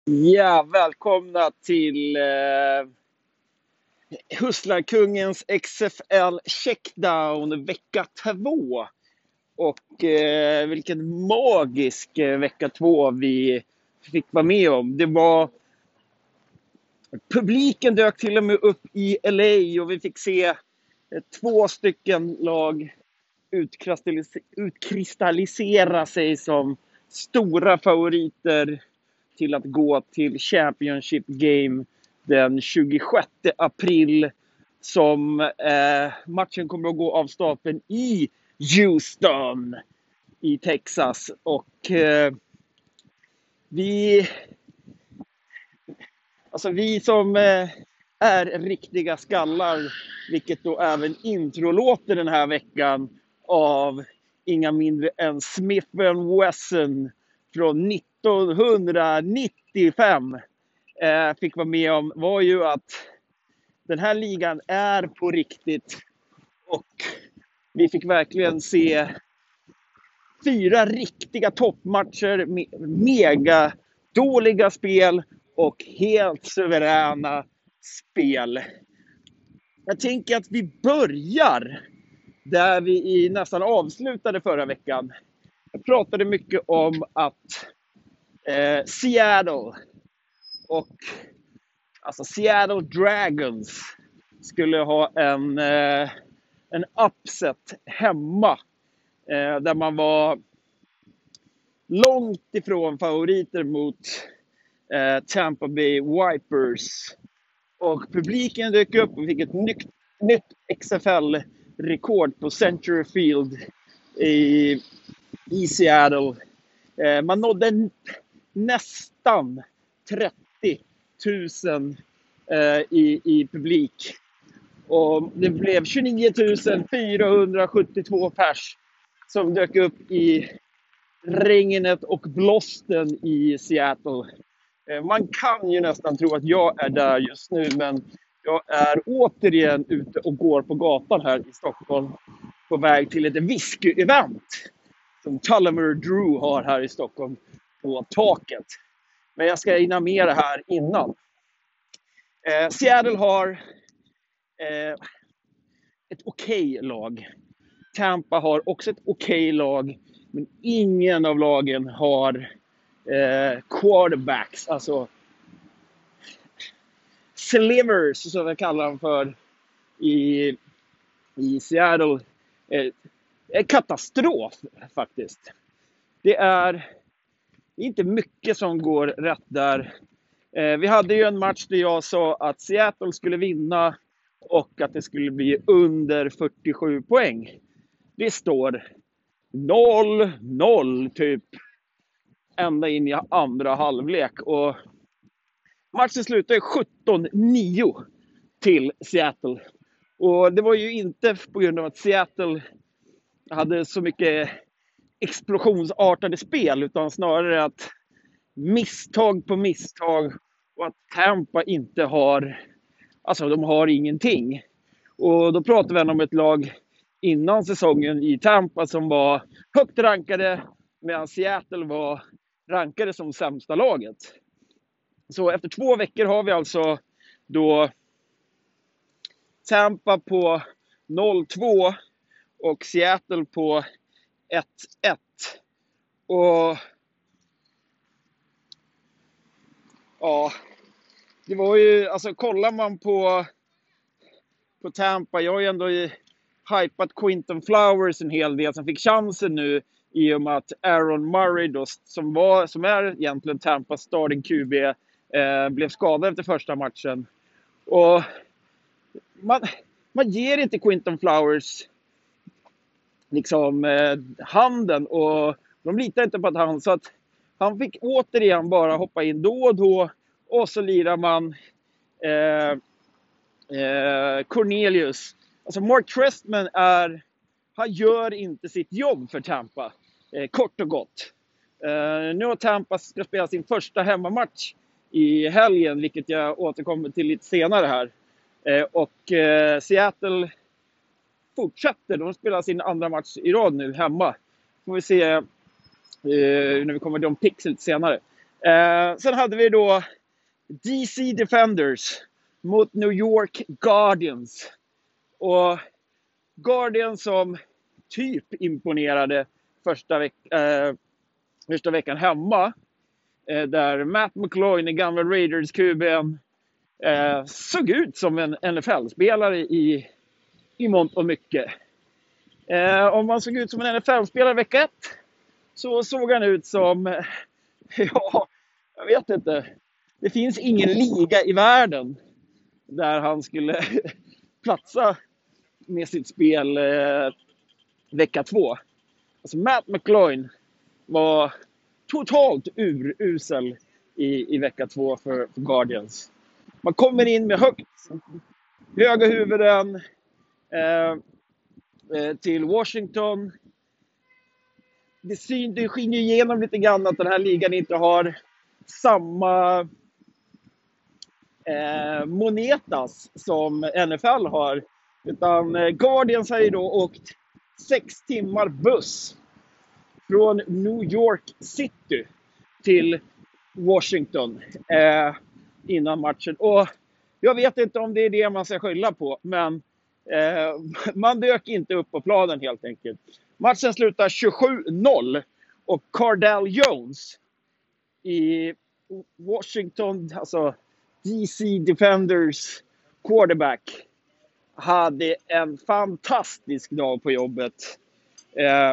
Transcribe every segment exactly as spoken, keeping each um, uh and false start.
Ja, välkomna till eh, Hustlarkungens X F L Checkdown vecka två. Och eh, vilken magisk eh, vecka två vi fick vara med om. Det var publiken dök till och med upp i L A och vi fick se eh, två stycken lag utkristallis- utkristallisera sig som stora favoriter till att gå till Championship Game den tjugosjätte april, som eh, matchen kommer att gå av stapeln i Houston i Texas. Och eh, vi alltså vi som eh, är riktiga skallar, vilket då även introlåter den här veckan av inga mindre än Smith and Wesson från nittonhundranittiofem eh, fick vara med om, var ju att den här ligan är på riktigt. Och vi fick verkligen se fyra riktiga toppmatcher med mega dåliga spel och helt suveräna spel. Jag tänker att vi börjar där vi i nästan avslutade förra veckan. Jag pratade mycket om att eh, Seattle och alltså Seattle Dragons skulle ha en, eh, en upset hemma. Eh, där man var långt ifrån favoriter mot eh, Tampa Bay Vipers. Och publiken dök upp och fick ett nytt, nytt X F L-rekord på Century Field i, i Seattle. Eh, man nådde nästan trettio tusen eh, i, i publik. Och det blev tjugonio tusen fyrahundrasjuttiotvå pers som dök upp i regnet och blåsten i Seattle. Man kan ju nästan tro att jag är där just nu, men jag är återigen ute och går på gatan här i Stockholm på väg till ett whisky-event som Tullamore Drew har här i Stockholm på taket. Men jag ska hinna med det här innan. Eh, Seattle har eh, ett okej lag. Tampa har också ett okej lag, men ingen av lagen har eh, quarterbacks, alltså slivers som jag kallar dem för i, i Seattle. Eh, en katastrof faktiskt. Det är inte mycket som går rätt där. Eh, vi hade ju en match där jag sa att Seattle skulle vinna och att det skulle bli under fyrtiosju poäng. Det står noll noll typ ända in i andra halvlek. Och matchen slutade sjutton nio till Seattle. Och det var ju inte på grund av att Seattle hade så mycket explosionsartade spel, utan snarare att misstag på misstag och att Tampa inte har, alltså de har ingenting. Och då pratar vi om ett lag innan säsongen i Tampa som var högt rankade, medan Seattle var rankade som sämsta laget. Så efter två veckor har vi alltså då Tampa på noll två och Seattle på ett ett. Och ja, det var ju, alltså kollar man på på Tampa, jag har ju ändå hypat Quinton Flowers en hel del som fick chansen nu i och med att Aaron Murray då, som, var, som är egentligen Tampas starting Q B, eh, blev skadad efter första matchen. Och man, man ger inte Quinton Flowers liksom eh, handen, och de litar inte på att han, så att han fick återigen bara hoppa in då och då, och så lirar man eh, eh, Cornelius. Alltså Mark Trestman är, han gör inte sitt jobb för Tampa, eh, kort och gott. Eh, nu har Tampa ska spela sin första hemmamatch i helgen, vilket jag återkommer till lite senare här. Eh, och eh, Seattle fortsätter, de spelar sin andra match i rad nu hemma. Får vi se eh, när vi kommer till de picks lite senare. Eh, sen hade vi då D C Defenders mot New York Guardians. Och Guardians som typ imponerade första, veck- eh, första veckan hemma. Eh, där Matt McCloy, den gamla Raiders-Q B:n, eh, såg ut som en N F L-spelare i, i mångt och mycket. Eh, om man såg ut som en N F L-spelare vecka ett, så såg han ut som, eh, ja, jag vet inte. Det finns ingen liga i världen där han skulle platsa med sitt spel eh, vecka två. Alltså Matt McCloy var totalt urusel i, i vecka två för, för Guardians. Man kommer in med högt, höga huvuden eh, eh, till Washington. Det, syn, det skiner igenom lite grann att den här ligan inte har samma eh, monetas som N F L har. Utan eh, Guardians har ju då åkt sex timmar buss från New York City till Washington eh, innan matchen. Och jag vet inte om det är det man ska skylla på, men eh, man dök inte upp på planen helt enkelt. Matchen slutar tjugosju noll och Cardale Jones i Washington, alltså D C Defenders quarterback, hade en fantastisk dag på jobbet. Eh,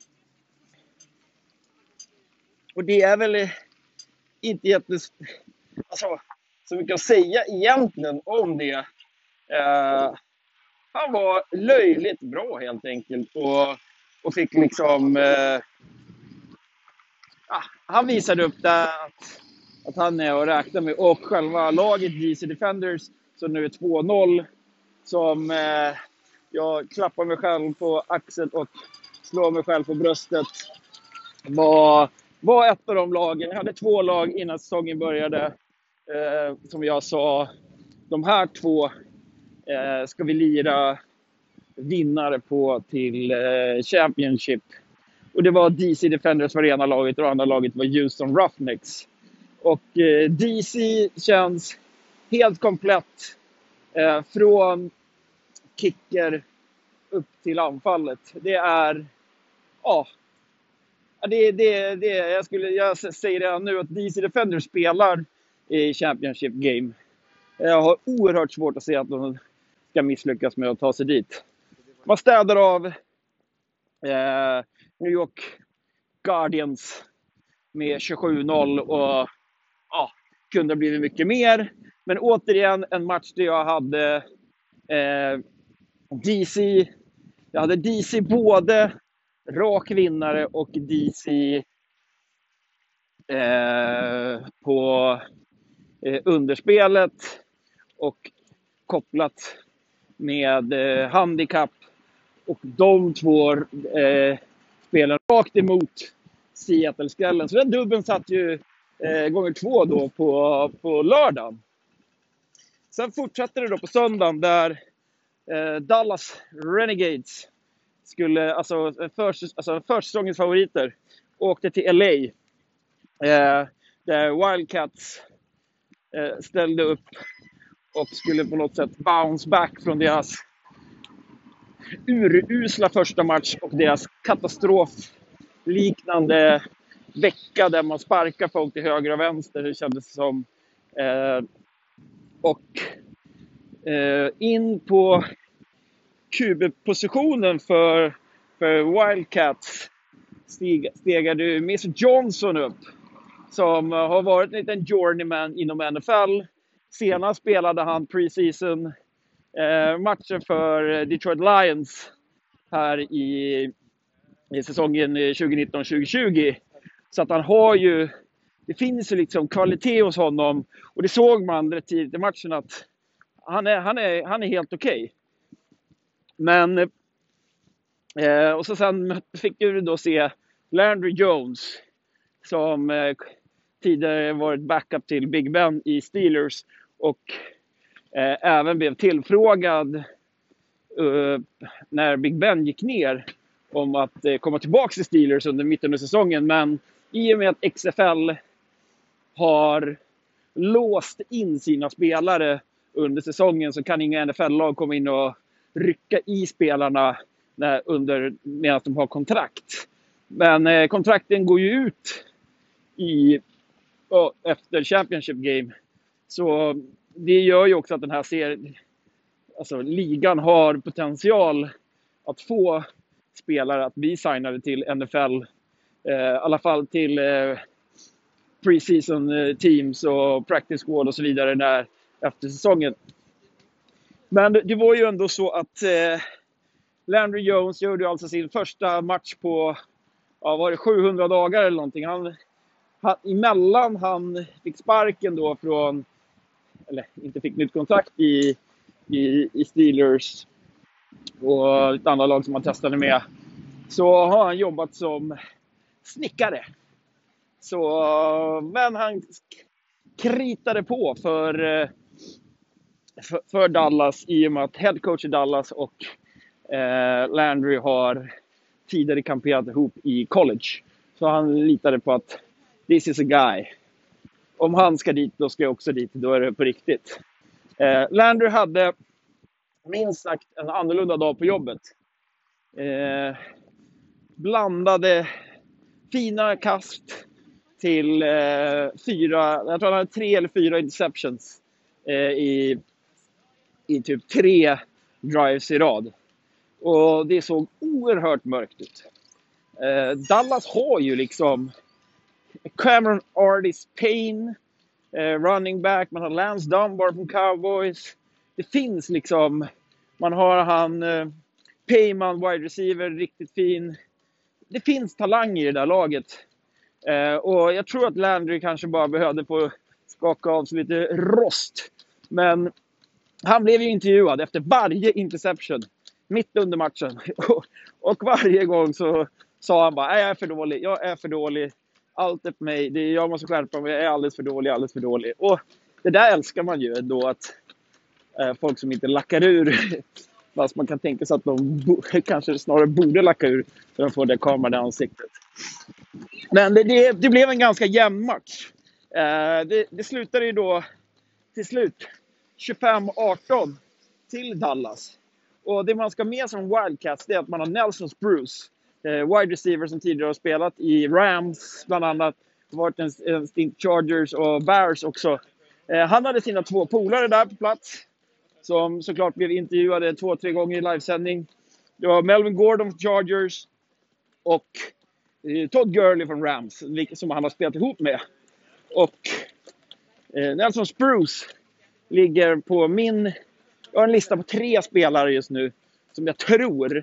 och det är väl inte jättes, alltså, så mycket att säga egentligen om det. Eh, han var löjligt bra helt enkelt. Och, och fick liksom... Eh, ah, han visade upp där att, att han är och räkna med. Och själva laget D C Defenders, så nu är två noll. Som eh, jag klappar mig själv på axeln och slår mig själv på bröstet. Var, var ett av de lagen. Jag hade två lag innan säsongen började. Eh, som jag sa, de här två eh, ska vi lira vinnare på till eh, Championship. Och det var D C Defenders var ena laget och andra laget var Houston Roughnecks. Och eh, D C känns helt komplett eh, från kicker upp till anfallet. Det är, ja, det, det, det, jag, skulle, jag säger redan nu att D C Defenders spelar i Championship Game. Jag har oerhört svårt att se att de ska misslyckas med att ta sig dit. Man städar av eh, New York Guardians med tjugosju noll och ja, kunde ha blivit mycket mer. Men återigen en match där jag hade eh, D C. Jag hade D C både rak vinnare och D C eh, på eh, underspelet och kopplat med eh, handikapp. Och de två eh, spelen rakt emot Seattle-skrällen. Så den dubben satt ju eh, gånger två då på, på lördagen. Sen fortsatte det då på söndagen där eh, Dallas Renegades skulle, alltså, för, alltså försäsongens favoriter, åkte till L A. Eh, där Wildcats eh, ställde upp och skulle på något sätt bounce back från deras urusla första match och deras katastrofliknande vecka där man sparkar folk till höger och vänster. Det kändes som. Eh, och eh, in på Q B-positionen för, för Wildcats steg, stegade Mason Johnson upp. Som har varit en liten journeyman inom N F L. Senast spelade han preseason eh, matchen för Detroit Lions här i, i säsongen tjugonitton tjugohundratjugo. Så att han har ju, det finns ju liksom kvalitet hos honom. Och det såg man rätt tidigt i matchen att han är, han är, han är helt okej. Okay. Men, eh, och så sen fick du då se Landry Jones som eh, tidigare varit backup till Big Ben i Steelers och eh, även blev tillfrågad eh, när Big Ben gick ner om att eh, komma tillbaka till Steelers under mitten av säsongen. Men i och med att X F L har låst in sina spelare under säsongen, så kan inga N F L-lag komma in och rycka i spelarna när, under, medan de har kontrakt. Men eh, kontrakten går ju ut i, oh, efter Championship Game. Så det gör ju också att den här serien, alltså ligan har potential att få spelare att bli signade till N F L. Eh, I alla fall till eh, preseason eh, teams och practice squad och så vidare när, efter säsongen. Men det, det var ju ändå så att eh, Landry Jones gjorde alltså sin första match på, ja, var det sjuhundra dagar eller någonting. Han, han, emellan han fick sparken då från, eller inte fick nytt kontrakt i, i, i Steelers och ett annat lag som han testade med, så har han jobbat som snickare. Så, men han kritade på för, för, för Dallas i och med att headcoach i Dallas och eh, Landry har tidigare kamperat ihop i college. Så han litade på att this is a guy. Om han ska dit, då ska jag också dit. Då är det på riktigt. Eh, Landry hade minst sagt en annorlunda dag på jobbet. Eh, blandade fina kast till eh, fyra, jag tror han hade tre eller fyra interceptions eh, i, i typ tre drives i rad. Och det såg oerhört mörkt ut. Eh, Dallas har ju liksom Cameron Artis Payne, eh, running back, man har Lance Dunbar från Cowboys. Det finns liksom, man har han eh, Payman, wide receiver, riktigt fin. Det finns talang i det där laget. Eh, och jag tror att Landry kanske bara behövde få skaka av sig lite rost. Men han blev ju intervjuad efter varje interception, mitt under matchen. Och varje gång så sa han bara, jag är för dålig, jag är för dålig. Allt är på mig, det är jag måste skärpa mig, jag är alldeles för dålig, alldeles för dålig. Och det där älskar man ju då, att eh, folk som inte lackar ur. Fast man kan tänka sig att de bo- kanske snarare borde lacka ur för att få det kameran i ansiktet. Men det, det, det blev en ganska jämn match. Eh, det, det slutade ju då till slut tjugofem arton till Dallas. Och det man ska med som Wildcats, det är att man har Nelson Spruce, eh, wide receiver som tidigare har spelat i Rams bland annat, varit en, en stint Chargers och Bears också. Eh, han hade sina två polare där på plats, som såklart blev intervjuade två, tre gånger i livesändning. Det var Melvin Gordon från Chargers och eh, Todd Gurley från Rams, som han har spelat ihop med. Och eh, Nelson Spruce ligger på min... Jag har en lista på tre spelare just nu som jag tror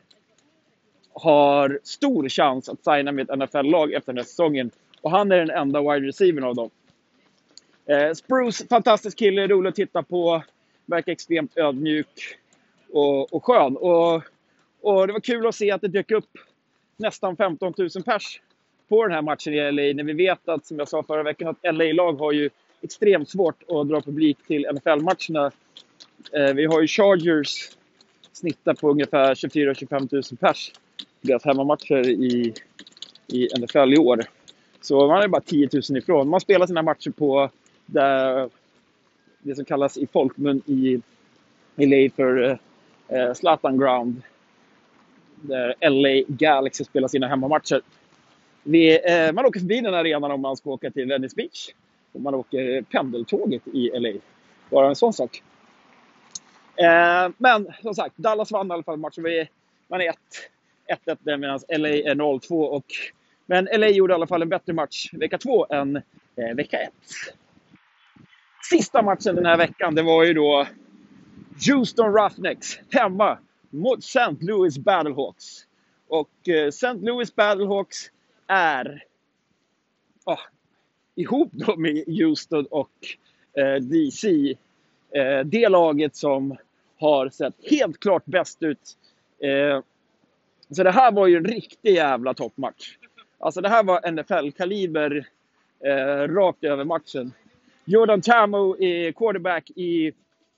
har stor chans att signa med ett N F L-lag efter den här säsongen. Och han är den enda wide receivern av dem. Eh, Spruce, fantastisk kille, rolig att titta på. Verkar extremt ödmjuk och, och skön. Och, och det var kul att se att det dök upp nästan femton tusen pers på den här matchen i L A. När vi vet att, som jag sa förra veckan, att L A-lag har ju extremt svårt att dra publik till N F L-matcherna. Eh, vi har ju Chargers snittar på ungefär tjugofyra till tjugofem tusen pers. Deras hemmamatcher i, i N F L i år. Så man är bara tio tusen ifrån. Man spelar sina matcher på där, det som kallas i folkmun i L A för eh, Zlatan Ground. Där L A Galaxy spelar sina hemmamatcher. Vi, eh, man åker förbi den här arenan om man ska åka till Venice Beach. Och man åker pendeltåget i L A. Bara en sån sak. Eh, men som sagt, Dallas vann i alla fall matchen. Vi, man är ett ett medan L A är noll två. Och, men L A gjorde i alla fall en bättre match vecka två än eh, vecka ett. Sista matchen den här veckan, det var ju då Houston Roughnecks hemma mot Saint Louis Battlehawks. Och eh, Saint Louis Battlehawks är oh, ihop då med Houston och eh, D C eh, det laget som har sett helt klart bäst ut. Eh, så det här var ju en riktig jävla toppmatch. Alltså det här var N F L-kaliber eh, rakt över matchen. Jordan Ta'amu är quarterback i,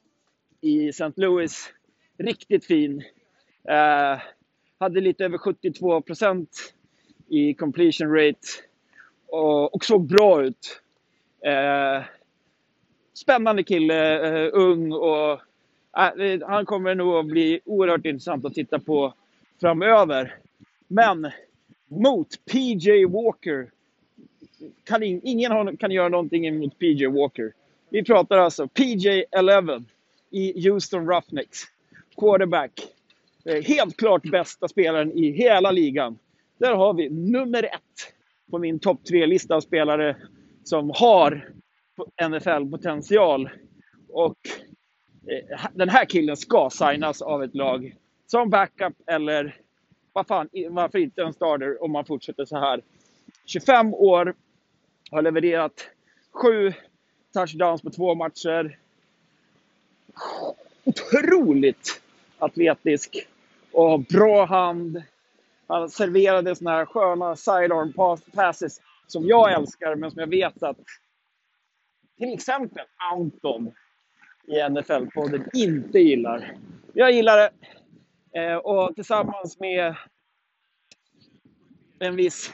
i Saint Louis. Riktigt fin. Eh, hade lite över sjuttiotvå procent i completion rate. Och, och såg bra ut. Eh, spännande kille, eh, ung och eh, han kommer nog att bli oerhört intressant att titta på framöver. Men mot P J Walker kan in, ingen kan göra någonting mot P J Walker. Vi pratar alltså P J elva i Houston Roughnecks, quarterback. Helt klart bästa spelaren i hela ligan. Där har vi nummer ett på min topp tre-lista av spelare som har N F L-potential. Och eh, den här killen ska signas av ett lag som backup eller vad fan, varför inte en starter om man fortsätter så här. tjugofem år, har levererat sju touchdowns på två matcher. Otroligt atletisk och bra hand. Han serverade såna här sköna sidearm passes som jag älskar, men som jag vet att till exempel Anton i N F L-podden inte gillar. Jag gillar det. Eh, och tillsammans med en viss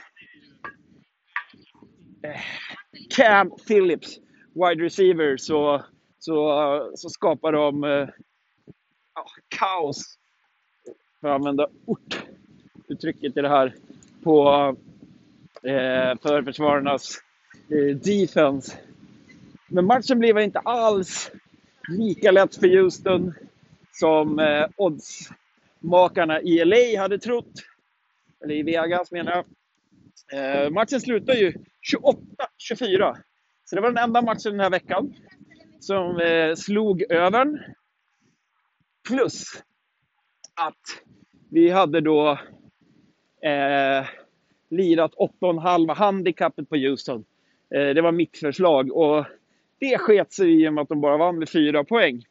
eh, Cam Phillips, wide receiver, så, så, så skapar de eh, ja, kaos, för att använda ortuttrycket i det här, på eh, för försvararnas eh, defense. Men matchen blev inte alls lika lätt för Houston som eh, oddsmakarna i L A hade trott. Eller i Vegas menar jag. Eh, matchen slutade ju tjugoåtta tjugofyra. Så det var den enda matchen den här veckan som eh, slog över. Plus att vi hade då eh, lirat åtta och en halv handikappet på Houston. Eh, det var mitt förslag och det sket sig i och med att de bara vann med fyra poäng.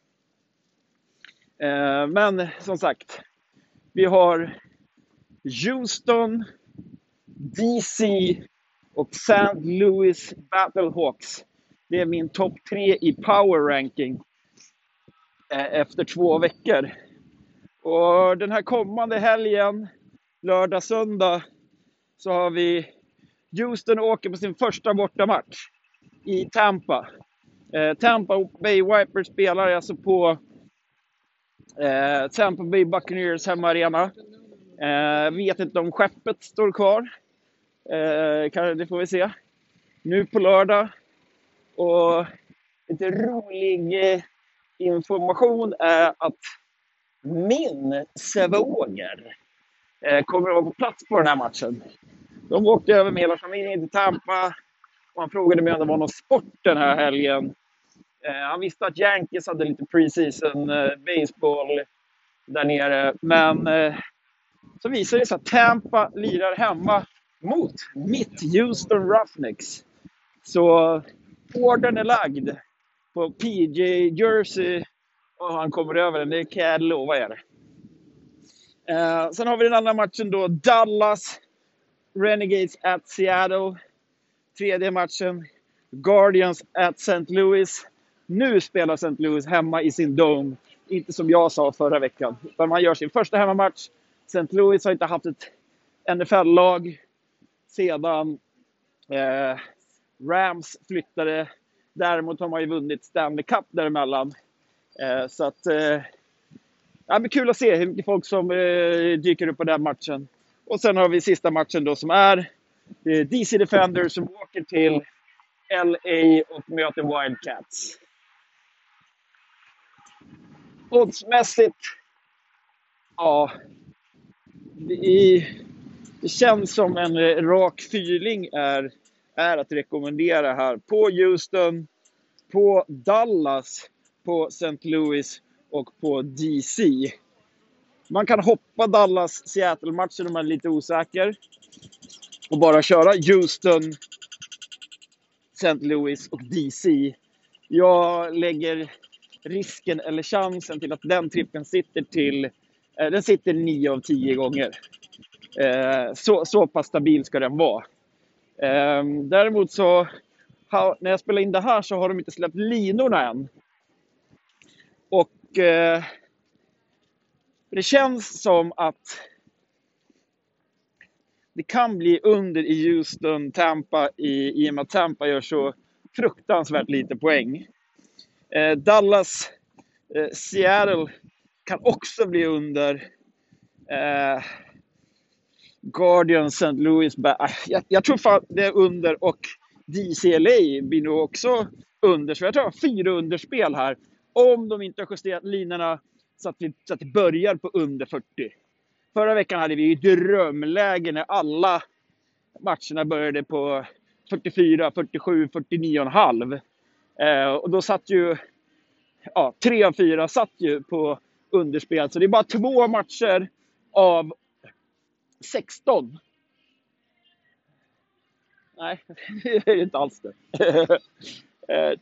Eh, men som sagt, vi har Houston, D C och Saint Louis Battlehawks. Det är min topp tre i power ranking eh, efter två veckor. Och den här kommande helgen, lördag, söndag, så har vi Houston åker på sin första bortamatch i Tampa. Eh, Tampa Bay Vipers spelar alltså på eh, Tampa Bay Buccaneers hemmaarena. Eh, vet inte om skeppet står kvar. Eh, kan, det får vi se. Nu på lördag. Och lite rolig eh, information är att min svåger eh, kommer att vara på plats på den här matchen. De åkte över med hela familjen till Tampa. Och han frågade mig om det var någon sport den här helgen. Eh, han visste att Yankees hade lite preseason eh, baseball där nere. Men eh, så visar det sig att Tampa lirar hemma mot mitt Houston Roughnecks. Så ordern är lagd på P J Jersey och han kommer över den. Det kan jag lova er. Eh, sen har vi den andra matchen då. Dallas Renegades at Seattle. Tredje matchen. Guardians at Saint Louis. Nu spelar Saint Louis hemma i sin dome. Inte som jag sa förra veckan. Utan man gör sin första hemmamatch. Saint Louis har inte haft ett N F L-lag sedan eh, Rams flyttade. Däremot har man ju vunnit Stanley Cup däremellan. Eh, så att eh, ja, men kul att se hur mycket folk som eh, dyker upp på den matchen. Och sen har vi sista matchen då som är eh, D C Defenders som åker till L A och möter Wildcats. Oddsmässigt, ja, det, det känns som en rak fyrling är, är att rekommendera här. På Houston, på Dallas, på Saint Louis och på D C. Man kan hoppa Dallas Seattle-matchen om man är lite osäker. Och bara köra Houston, Saint Louis och D C. Jag lägger risken eller chansen till att den trippen sitter till eh, den sitter nio av tio gånger. Eh, så, så pass stabil ska den vara. Eh, däremot så ha, när jag spelar in det här så har de inte släppt linorna än. Och eh, det känns som att det kan bli under i Houston, Tampa, i, i och med att Tampa gör så fruktansvärt lite poäng. Eh, Dallas, eh, Seattle kan också bli under. Eh, Guardians, Saint Louis. Jag, jag tror fan det är under, och D C L A blir nog också under. Så jag tror fyra underspel här. Om de inte har justerat linorna så att vi, så att vi börjar på under fyrtio. Förra veckan hade vi ju drömläge när alla matcherna började på fyrtiofyra, fyrtiosju, fyrtionio komma fem. Eh, och då satt ju, ja, tre av fyra satt ju på underspel. Så det är bara två matcher av sexton. Nej, det är inte alls det. eh,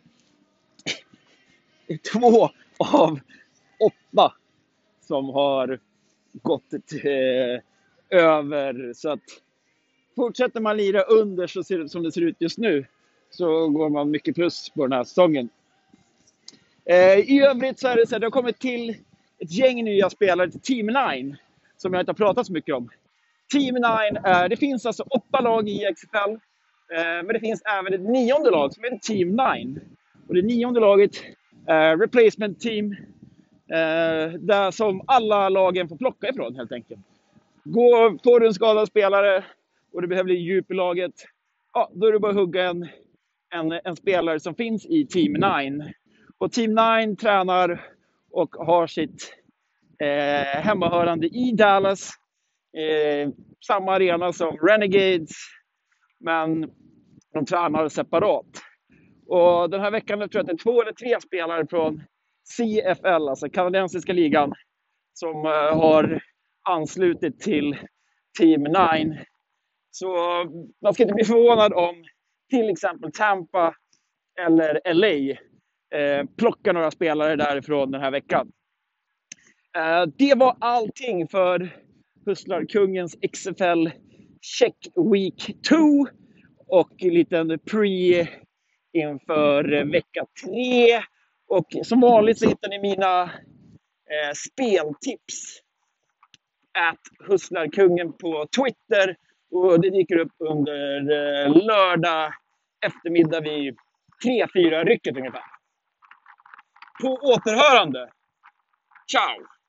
två av åtta som har gått till, eh, över. Så att fortsätter man lira under så ser det som det ser ut just nu, så går man mycket plus på den här säsongen. Eh, I övrigt så är det så här, det har kommit till ett gäng nya spelare till Team nine som jag inte har pratat så mycket om. Team nine, är, det finns alltså åtta lag i X F L, eh, men det finns även ett nionde lag som är Team nine. Och det nionde laget är replacement team, eh, där som alla lagen får plocka ifrån helt enkelt. Går, får du en skadad spelare och du behöver djup i laget, ja, då är det bara att hugga en, en, en spelare som finns i Team nine. Och Team nine tränar och har sitt eh, hemmahörande i Dallas. Eh, samma arena som Renegades, men de tränar separat. Och den här veckan tror jag att det är två eller tre spelare från C F L, alltså kanadensiska ligan, som eh, har anslutit till Team nine. Så man ska inte bli förvånad om till exempel Tampa eller L A eh, plockar några spelare därifrån den här veckan. Eh, det var allting för Hustlarkungens X F L Check Week två och en liten pre inför vecka tre. Och som vanligt så hittar ni mina eh, speltips at Hustlarkungen på Twitter, och det dyker upp under eh, lördag eftermiddag vid tre fyra rycket ungefär. På återhörande. Ciao!